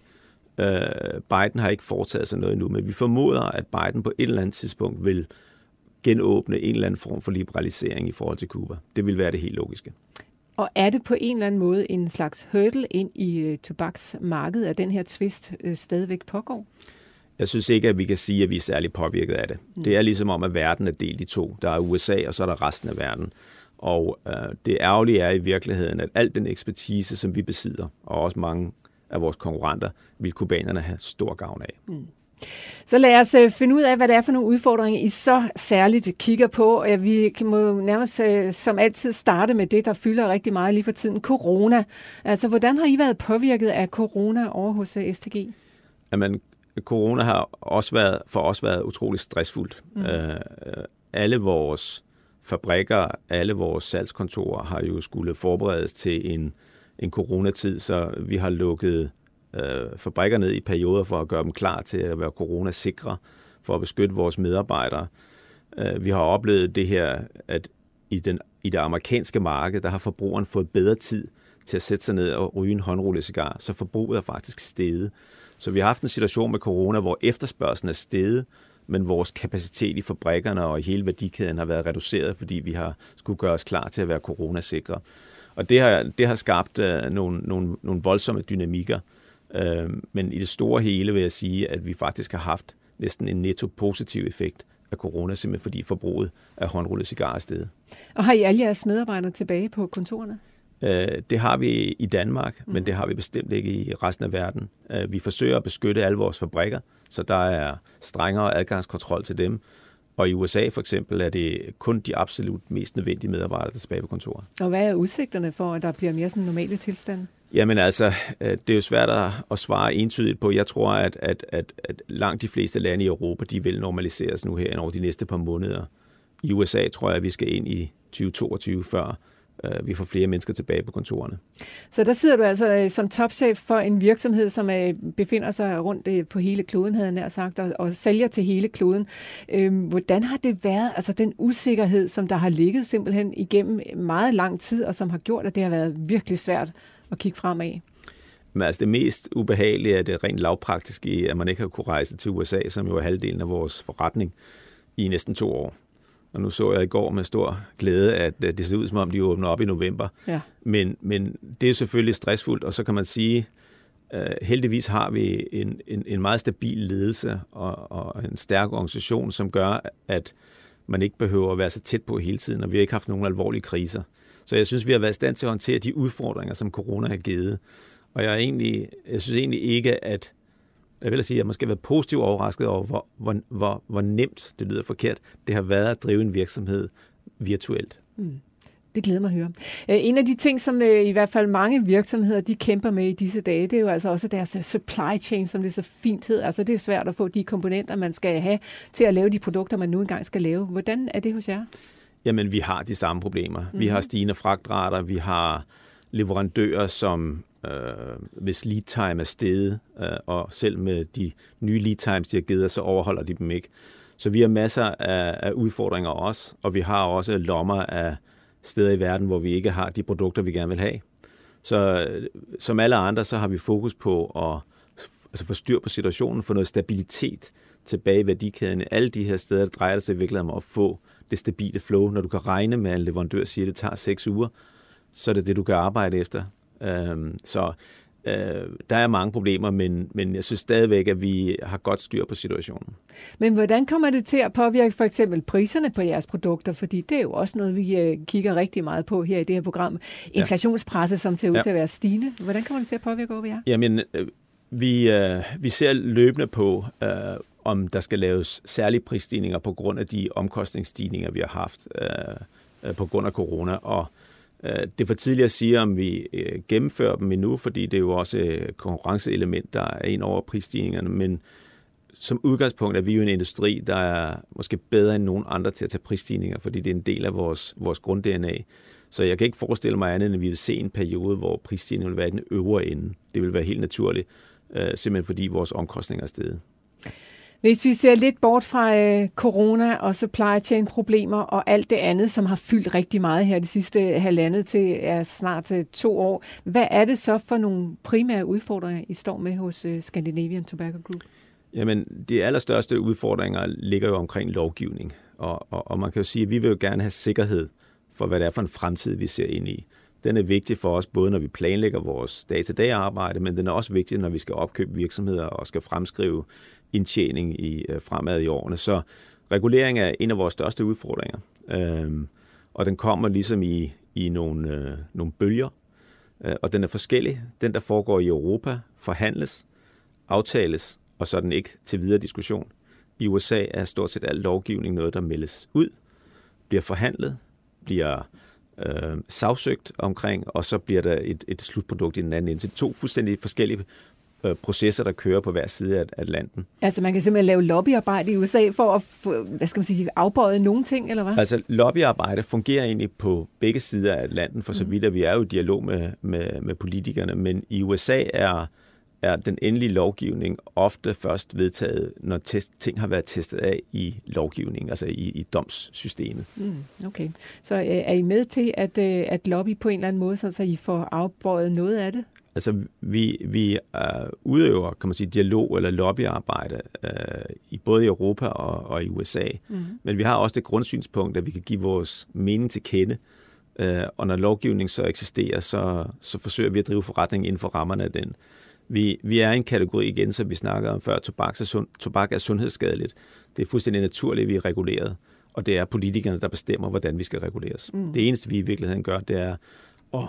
Biden har ikke foretaget sig noget endnu, men vi formoder, at Biden på et eller andet tidspunkt vil genåbne en eller anden form for liberalisering i forhold til Cuba. Det vil være det helt logiske. Og er det på en eller anden måde en slags hurdle ind i tobaksmarkedet, at den her tvist stadigvæk pågår? Jeg synes ikke, at vi kan sige, at vi er særlig påvirket af det. Mm. Det er ligesom om, at verden er delt i to. Der er USA, og så er der resten af verden. Og det ærgerlige er i virkeligheden, at al den ekspertise, som vi besidder, og også mange af vores konkurrenter, vil kubanerne have stor gavn af. Mm. Så lad os finde ud af, hvad det er for nogle udfordringer, I så særligt kigger på. Vi må nærmest som altid starte med det, der fylder rigtig meget lige for tiden, corona. Altså, hvordan har I været påvirket af corona over hos STG? Jamen, corona har også for os været utroligt stressfuldt. Mm. Alle vores fabrikker, alle vores salgskontorer har jo skulle forberedes til en coronatid, så vi har lukket fabrikker ned i perioder for at gøre dem klar til at være coronasikre, for at beskytte vores medarbejdere. Vi har oplevet det her, at i det amerikanske marked, der har forbrugeren fået bedre tid til at sætte sig ned og ryge en håndrullet cigar, så forbruget er faktisk steget. Så vi har haft en situation med corona, hvor efterspørgslen er steget, men vores kapacitet i fabrikkerne og i hele værdikæden har været reduceret, fordi vi har skulle gøre os klar til at være coronasikre. Og det har skabt nogle voldsomme dynamikker. Men i det store hele vil jeg sige, at vi faktisk har haft næsten en netto positiv effekt af corona, simpelthen fordi forbruget af håndrullede cigarer er steget. Og har I alle jeres medarbejdere tilbage på kontorerne? Det har vi i Danmark, men det har vi bestemt ikke i resten af verden. Vi forsøger at beskytte alle vores fabrikker, så der er strengere adgangskontrol til dem. Og i USA for eksempel er det kun de absolut mest nødvendige medarbejdere, der er tilbage på kontoret. Og hvad er udsigterne for, at der bliver mere sådan normale tilstande? Jamen altså, det er jo svært at svare entydigt på. Jeg tror, at langt de fleste lande i Europa, de vil normaliseres nu her over de næste par måneder. I USA tror jeg, at vi skal ind i 2022, før vi får flere mennesker tilbage på kontorerne. Så der sidder du altså som topchef for en virksomhed, som befinder sig rundt på hele kloden, havde jeg nær sagt, og sælger til hele kloden. Hvordan har det været, altså den usikkerhed, som der har ligget simpelthen igennem meget lang tid, og som har gjort, at det har været virkelig svært at kigge fremad? Men altså det mest ubehagelige er det rent lavpraktiske, at man ikke har kunne rejse til USA, som jo er halvdelen af vores forretning, i næsten 2 år. Og nu så jeg i går med stor glæde, at det ser ud som om, de åbner op i november. Ja. Men det er selvfølgelig stressfuldt, og så kan man sige, heldigvis har vi en meget stabil ledelse og en stærk organisation, som gør, at man ikke behøver at være så tæt på hele tiden, og vi har ikke haft nogen alvorlige kriser. Så jeg synes, vi har været i stand til at håndtere de udfordringer, som corona har givet. Og jeg synes egentlig ikke, at jeg vil sige, at man skal være positivt overrasket over, hvor nemt, det lyder forkert, det har været at drive en virksomhed virtuelt. Det glæder mig at høre. En af de ting, som i hvert fald mange virksomheder, de kæmper med i disse dage, det er jo altså også deres supply chain, som det så fint hedder. Altså det er svært at få de komponenter, man skal have til at lave de produkter, man nu engang skal lave. Hvordan er det hos jer? Jamen, vi har de samme problemer. Vi har stigende fragtrater, vi har leverandører, som hvis lead time er steget, og selv med de nye lead times, de har givet, så overholder de dem ikke. Så vi har masser af udfordringer også, og vi har også lommer af steder i verden, hvor vi ikke har de produkter, vi gerne vil have. Så som alle andre, så har vi fokus på at få styr på situationen, få noget stabilitet tilbage i værdikæden. Alle de her steder, der drejer sig virkelig om at få det stabile flow. Når du kan regne med, at en leverandør siger, at det tager 6 uger, så er det det, du kan arbejde efter. Der er mange problemer, men jeg synes stadigvæk, at vi har godt styr på situationen. Men hvordan kommer det til at påvirke for eksempel priserne på jeres produkter? Fordi det er jo også noget, vi kigger rigtig meget på her i det her program. Inflationspresset, som ser ud til at være stigende. Hvordan kommer det til at påvirke over jer? Jamen, vi ser løbende på, om der skal laves særlige prisstigninger på grund af de omkostningsstigninger, vi har haft på grund af corona. Og det er for tidligt at sige, om vi gennemfører dem endnu, fordi det er jo også et konkurrenceelement, der er ind over prisstigningerne. Men som udgangspunkt er vi jo en industri, der er måske bedre end nogen andre til at tage prisstigninger, fordi det er en del af vores grund-DNA. Så jeg kan ikke forestille mig andet, end at vi vil se en periode, hvor prisstigningen vil være i den øvre ende. Det vil være helt naturligt, simpelthen fordi vores omkostninger er steget. Hvis vi ser lidt bort fra corona og supply chain problemer og alt det andet, som har fyldt rigtig meget her de sidste 1,5 til snart 2 år, hvad er det så for nogle primære udfordringer, I står med hos Scandinavian Tobacco Group? Jamen, de allerstørste udfordringer ligger jo omkring lovgivning, og man kan jo sige, at vi vil jo gerne have sikkerhed for, hvad det er for en fremtid, vi ser ind i. Den er vigtig for os, både når vi planlægger vores dag-til-dag arbejde, men den er også vigtig, når vi skal opkøbe virksomheder og skal fremskrive indtjening fremad i årene. Så regulering er en af vores største udfordringer, og den kommer ligesom i nogle bølger, og den er forskellig. Den, der foregår i Europa, forhandles, aftales, og så er den ikke til videre diskussion. I USA er stort set al lovgivning noget, der meldes ud, bliver forhandlet, bliver sagsøgt omkring, og så bliver der et slutprodukt i den anden ende. Så 2 fuldstændig forskellige processer, der kører på hver side af Atlanten. Altså man kan simpelthen lave lobbyarbejde i USA for at få, afbøje nogle ting, eller hvad? Altså lobbyarbejde fungerer egentlig på begge sider af Atlanten, for så vidt at vi er jo i dialog med politikerne, men i USA er den endelige lovgivning ofte først vedtaget, når ting har været testet af i lovgivningen, altså i domssystemet. Okay. Så er I med til at lobby på en eller anden måde, så I får afbøjet noget af det? Altså, vi udøver, kan man sige, dialog eller lobbyarbejde både i Europa og i USA. Men vi har også det grundsynspunkt, at vi kan give vores mening til kende. Og når lovgivning så eksisterer, så forsøger vi at drive forretningen inden for rammerne af den. Vi er en kategori igen, som vi snakker om før. Tobak er sundhedsskadeligt. Det er fuldstændig naturligt, at vi er reguleret. Og det er politikerne, der bestemmer, hvordan vi skal reguleres. Det eneste, vi i virkeligheden gør, det er at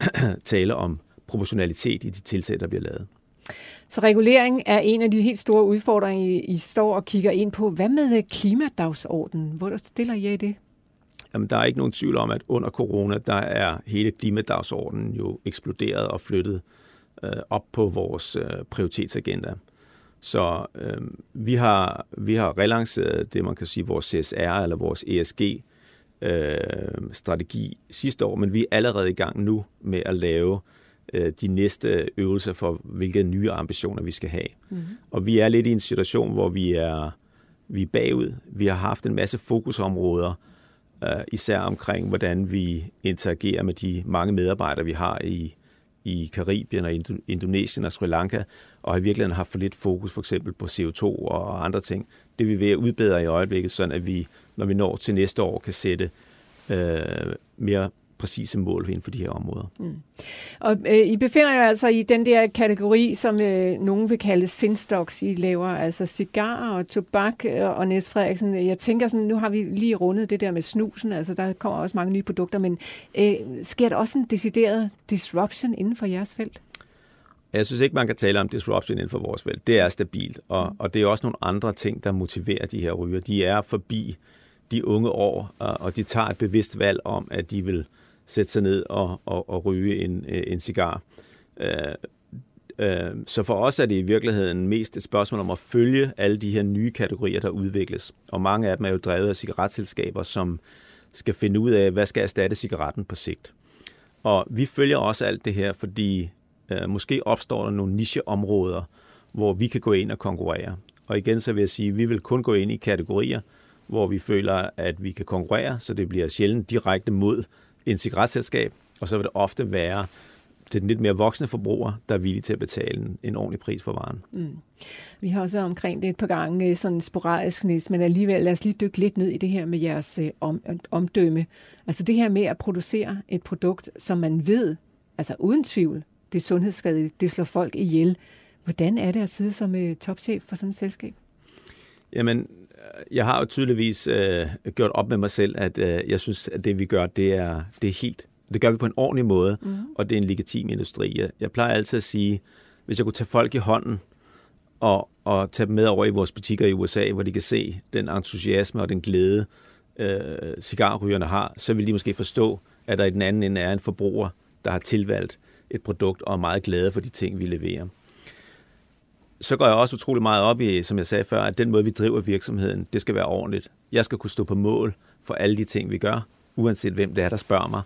tale om proportionalitet i de tiltag, der bliver lavet. Så regulering er en af de helt store udfordringer, I står og kigger ind på. Hvad med klimadagsordenen? Hvor stiller I i det? Jamen, der er ikke nogen tvivl om, at under corona, der er hele klimadagsordenen jo eksploderet og flyttet op på vores prioritetsagenda. Så vi har relanceret det, man kan sige, vores CSR eller vores ESG-strategi sidste år, men vi er allerede i gang nu med at lave de næste øvelser for, hvilke nye ambitioner vi skal have. Mm-hmm. Og vi er lidt i en situation, hvor vi er bagud. Vi har haft en masse fokusområder, især omkring, hvordan vi interagerer med de mange medarbejdere, vi har i Karibien og Indonesien og Sri Lanka, og i virkeligheden har for lidt fokus for eksempel på CO2 og andre ting. Det er vi ved at udbedre i øjeblikket, sådan at vi, når vi når til næste år, kan sætte mere præcise mål inden for de her områder. Mm. Og I befinder jo altså i den der kategori, som nogen vil kalde Sinstocks. I laver altså cigarer og tobak, og Niels Frederiksen, jeg tænker sådan, nu har vi lige rundet det der med snusen, altså der kommer også mange nye produkter, men sker der også en decideret disruption inden for jeres felt? Jeg synes ikke, man kan tale om disruption inden for vores felt. Det er stabilt, og det er også nogle andre ting, der motiverer de her ryger. De er forbi de unge år, og de tager et bevidst valg om, at de vil sætte sig ned og ryge en cigar. Så for os er det i virkeligheden mest et spørgsmål om at følge alle de her nye kategorier, der udvikles. Og mange af dem er jo drevet af cigaretselskaber, som skal finde ud af, hvad skal erstatte cigaretten på sigt. Og vi følger også alt det her, fordi måske opstår der nogle nicheområder, hvor vi kan gå ind og konkurrere. Og igen så vil jeg sige, at vi vil kun gå ind i kategorier, hvor vi føler, at vi kan konkurrere, så det bliver sjældent direkte mod en cigaretselskab, og så vil det ofte være til den lidt mere voksne forbruger, der er villig til at betale en ordentlig pris for varen. Mm. Vi har også været omkring det et par gange, sådan sporadisk, men alligevel lad os lige dykke lidt ned i det her med jeres omdømme. Altså det her med at producere et produkt, som man ved, altså uden tvivl, det er sundhedsskadeligt, det slår folk ihjel. Hvordan er det at sidde som topchef for sådan et selskab? Jamen, jeg har jo tydeligvis gjort op med mig selv, at jeg synes, at det vi gør, det er helt. Det gør vi på en ordentlig måde, og det er en legitim industri. Jeg plejer altid at sige, hvis jeg kunne tage folk i hånden og tage dem med over i vores butikker i USA, hvor de kan se den entusiasme og den glæde, cigarrygerne har, så vil de måske forstå, at der i den anden ende er en forbruger, der har tilvalgt et produkt og er meget glade for de ting, vi leverer. Så går jeg også utrolig meget op i, som jeg sagde før, at den måde, vi driver virksomheden, det skal være ordentligt. Jeg skal kunne stå på mål for alle de ting, vi gør, uanset hvem det er, der spørger mig.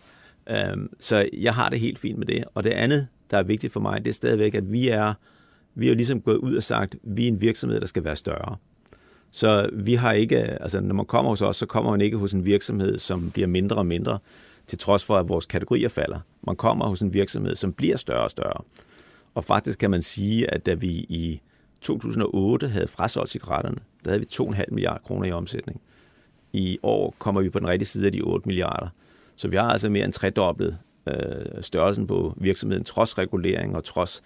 Så jeg har det helt fint med det. Og det andet, der er vigtigt for mig, det er stadigvæk, at vi er jo ligesom gået ud og sagt, at vi er en virksomhed, der skal være større. Så vi har ikke, altså når man kommer hos os, så kommer man ikke hos en virksomhed, som bliver mindre og mindre, til trods for, at vores kategorier falder. Man kommer hos en virksomhed, som bliver større og større. Og faktisk kan man sige, at da vi i 2008 havde frasolgt cigaretterne, der havde vi 2,5 milliarder kroner i omsætning. I år kommer vi på den rigtige side af de 8 milliarder. Så vi har altså mere end tredoblet størrelsen på virksomheden, trods regulering og trods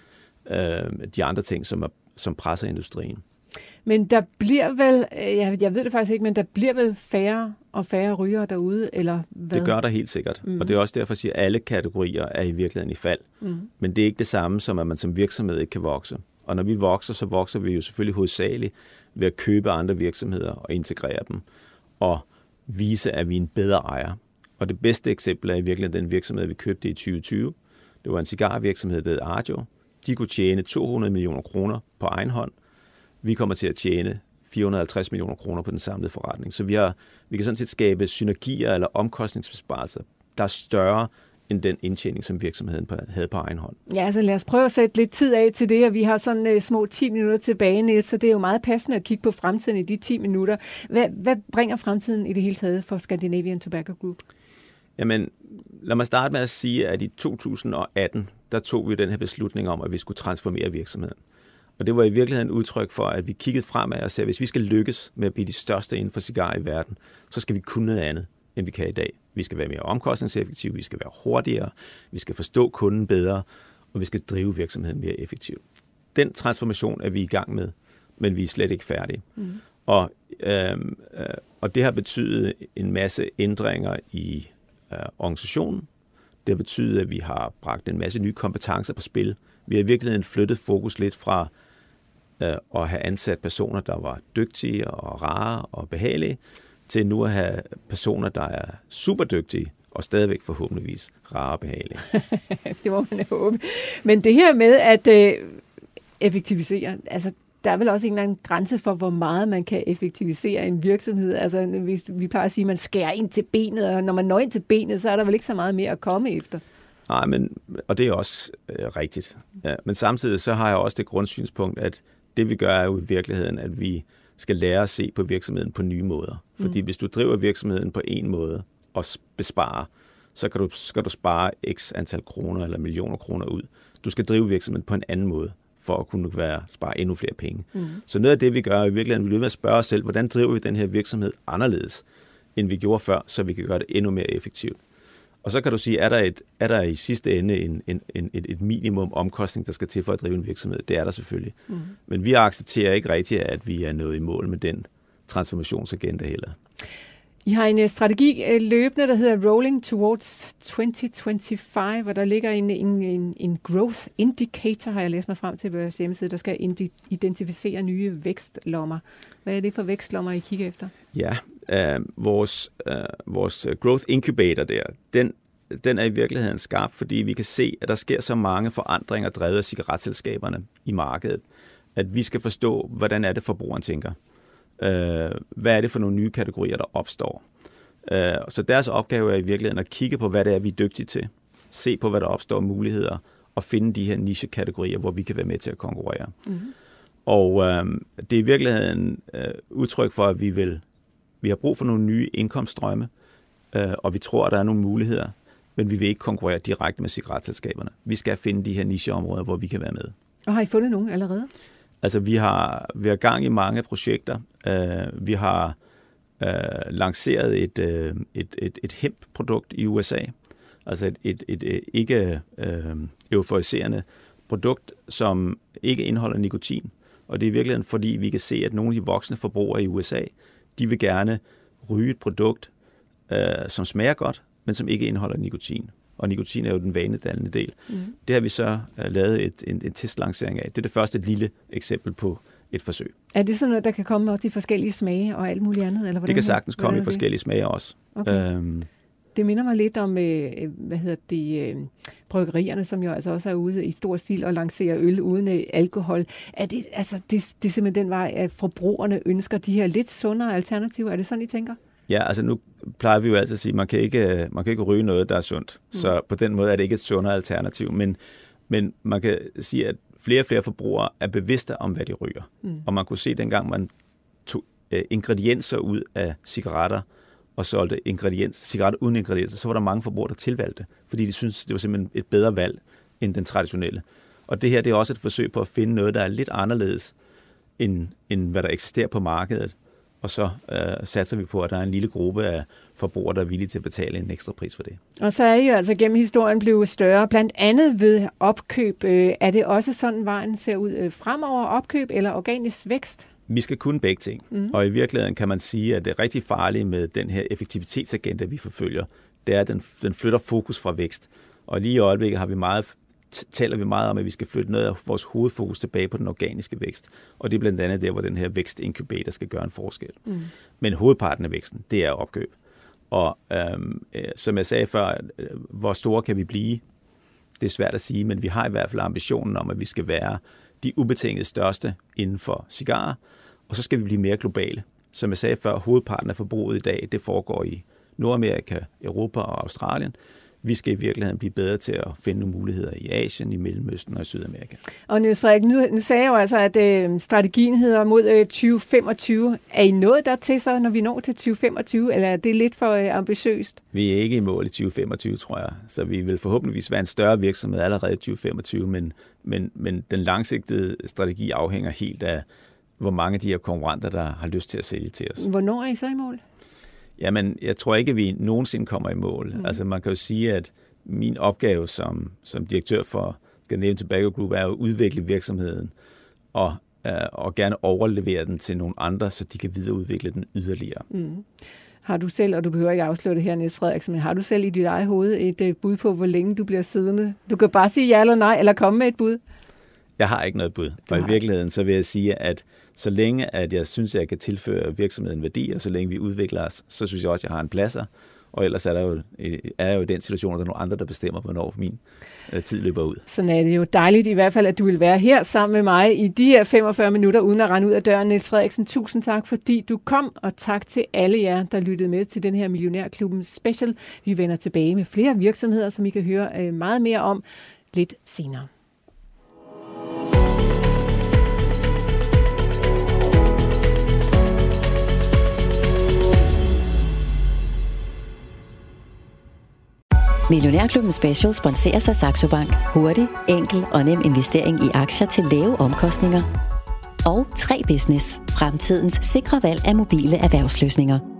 de andre ting, som presser industrien. Men der bliver vel, jeg ved det faktisk ikke, men der bliver vel færre og færre rygere derude, eller hvad? Det gør der helt sikkert, og det er også derfor, at sige, at alle kategorier er i virkeligheden i fald. Men det er ikke det samme, som at man som virksomhed ikke kan vokse. Og når vi vokser, så vokser vi jo selvfølgelig hovedsageligt ved at købe andre virksomheder og integrere dem, og vise, at vi er en bedre ejer. Og det bedste eksempel er i virkeligheden den virksomhed, vi købte i 2020. Det var en cigarvirksomhed, der hed Arjo. De kunne tjene 200 millioner kroner på egen hånd. Vi kommer til at tjene 450 millioner kroner på den samlede forretning. Så vi kan sådan set skabe synergier eller omkostningsbesparelser, der er større end den indtjening, som virksomheden havde på egen hånd. Ja, altså lad os prøve at sætte lidt tid af til det, og vi har sådan små 10 minutter tilbage, Niels, så det er jo meget passende at kigge på fremtiden i de 10 minutter. Hvad bringer fremtiden i det hele taget for Scandinavian Tobacco Group? Jamen, lad mig starte med at sige, at i 2018, der tog vi den her beslutning om, at vi skulle transformere virksomheden. Og det var i virkeligheden et udtryk for, at vi kiggede fremad og sagde, at hvis vi skal lykkes med at blive de største inden for cigarer i verden, så skal vi kunne noget andet, end vi kan i dag. Vi skal være mere omkostningseffektive, vi skal være hurtigere, vi skal forstå kunden bedre, og vi skal drive virksomheden mere effektivt. Den transformation er vi i gang med, men vi er slet ikke færdige. Og det har betydet en masse ændringer i organisationen. Det har betydet, at vi har bragt en masse nye kompetencer på spil. Vi har i virkeligheden flyttet fokus lidt fra at have ansat personer, der var dygtige og rare og behagelige, til nu at have personer, der er super dygtige og stadigvæk forhåbentligvis rare og behagelige. Det må man håbe. Men det her med at effektivisere, altså der er vel også en eller anden grænse for, hvor meget man kan effektivisere en virksomhed. Altså vi plejer at sige, at man skærer ind til benet, og når man når ind til benet, så er der vel ikke så meget mere at komme efter. Nej, og det er også rigtigt. Ja, men samtidig så har jeg også det grundsynspunkt, at det vi gør er jo i virkeligheden, at vi skal lære at se på virksomheden på nye måder. Fordi hvis du driver virksomheden på en måde og besparer, så skal du spare x antal kroner eller millioner kroner ud. Du skal drive virksomheden på en anden måde, for at kunne spare endnu flere penge. Så noget af det, vi gør, er i virkeligheden, vi vil at spørge os selv, hvordan driver vi den her virksomhed anderledes, end vi gjorde før, så vi kan gøre det endnu mere effektivt. Og så kan du sige, er der i sidste ende et minimum omkostning, der skal til for at drive en virksomhed? Det er der selvfølgelig. Men vi accepterer ikke rigtigt, at vi er nået i mål med den transformationsagenda heller. I har en strategi løbende, der hedder Rolling Towards 2025, hvor der ligger en growth indicator, har jeg læst mig frem til på vores hjemmeside, der skal identificere nye vækstlommer. Hvad er det for vækstlommer, I kigger efter? Ja, vores growth incubator der, den er i virkeligheden skarp, fordi vi kan se, at der sker så mange forandringer drevet af cigaretselskaberne i markedet, at vi skal forstå, hvordan er det forbrugeren tænker. Hvad er det for nogle nye kategorier, der opstår? Så deres opgave er i virkeligheden at kigge på, hvad det er, vi er dygtige til. Se på, hvad der opstår muligheder, og finde de her niche-kategorier, hvor vi kan være med til at konkurrere. Og det er i virkeligheden udtryk for, at vi har brug for nogle nye indkomststrømme, og vi tror, at der er nogle muligheder, men vi vil ikke konkurrere direkte med cigaretselskaberne. Vi skal finde de her nicheområder, hvor vi kan være med. Og har I fundet nogen allerede? Altså, vi har gang i mange projekter. Vi har lanceret et hemp-produkt i USA, altså et ikke euforiserende produkt, som ikke indeholder nikotin. Og det er i virkeligheden, fordi vi kan se, at nogle af de voksne forbrugere i USA, de vil gerne ryge et produkt, som smager godt, men som ikke indeholder nikotin. Og nikotin er jo den vanedannende del. Det har vi så lavet en testlancering af. Det er det første lille eksempel på et forsøg. Er det sådan noget, der kan komme også i forskellige smage og alt muligt andet? Eller det kan sagtens komme i forskellige smage også. Okay. Det minder mig lidt om, bryggerierne, som jo altså også er ude i stor stil og lancerer øl uden alkohol. Er det, altså, det er simpelthen den vej, at forbrugerne ønsker de her lidt sundere alternativer? Er det sådan, I tænker? Ja, altså nu plejer vi jo altid at sige, at man kan ikke ryge noget, der er sundt. Så på den måde er det ikke et sundere alternativ. Men man kan sige, at flere og flere forbrugere er bevidste om, hvad de ryger. Og man kunne se, dengang man tog ingredienser ud af cigaretter, og solgte cigaretter uden ingredienser, så var der mange forbrugere, der tilvalgte, fordi de syntes, det var simpelthen et bedre valg end den traditionelle. Og det her, det er også et forsøg på at finde noget, der er lidt anderledes, end hvad der eksisterer på markedet. Og så satser vi på, at der er en lille gruppe af forbrugere, der er villige til at betale en ekstra pris for det. Og så er I jo altså gennem historien blevet større, blandt andet ved opkøb. Er det også sådan, vejen ser ud fremover, opkøb eller organisk vækst? Vi skal kunne begge ting. Og i virkeligheden kan man sige, at det er rigtig farligt med den her effektivitetsagenda, vi forfølger. Det er, at den flytter fokus fra vækst. Og lige i øjeblikket taler vi meget om, at vi skal flytte noget af vores hovedfokus tilbage på den organiske vækst. Og det er blandt andet der, hvor den her vækstinkubator skal gøre en forskel. Men hovedparten af væksten, det er opkøb. Og som jeg sagde før, hvor store kan vi blive? Det er svært at sige, men vi har i hvert fald ambitionen om, at vi skal være de ubetinget største inden for cigarer, og så skal vi blive mere globale. Som jeg sagde før, hovedparten af forbruget i dag, det foregår i Nordamerika, Europa og Australien. Vi skal i virkeligheden blive bedre til at finde nogle muligheder i Asien, i Mellemøsten og i Sydamerika. Og Niels Frederik, nu sagde jeg jo altså, at strategien hedder mod 2025. Er I nået dertil så, når vi når til 2025, eller er det lidt for ambitiøst? Vi er ikke i mål i 2025, tror jeg. Så vi vil forhåbentligvis være en større virksomhed allerede i 2025, men den langsigtede strategi afhænger helt af, hvor mange af de her konkurrenter, der har lyst til at sælge til os. Hvornår er I så i mål? Jamen, jeg tror ikke, at vi nogensinde kommer i mål. Altså, man kan jo sige, at min opgave som direktør for Scandinavian Tobacco Group er at udvikle virksomheden og gerne overlevere den til nogle andre, så de kan videreudvikle den yderligere. Har du selv, og du behøver ikke afsløre det her, Niels Frederiksen, men har du selv i dit eget hoved et bud på, hvor længe du bliver siddende? Du kan bare sige ja eller nej, eller komme med et bud. Jeg har ikke noget bud. Og i virkeligheden så vil jeg sige, at så længe at jeg synes, at jeg kan tilføre virksomheden værdi, og så længe vi udvikler os, så synes jeg også, at jeg har en plads. Og ellers er jeg jo i den situation, at der er nogle andre, der bestemmer, hvornår min tid løber ud. Sådan er det jo dejligt i hvert fald, at du vil være her sammen med mig i de her 45 minutter, uden at rende ud af døren. Niels Frederiksen, tusind tak, fordi du kom, og tak til alle jer, der lyttede med til den her Millionærklubben Special. Vi vender tilbage med flere virksomheder, som I kan høre meget mere om lidt senere. Millionærklubben Special sponseres af Saxo Bank. Hurtig, enkel og nem investering i aktier til lave omkostninger. Og 3Business. Fremtidens sikre valg af mobile erhvervsløsninger.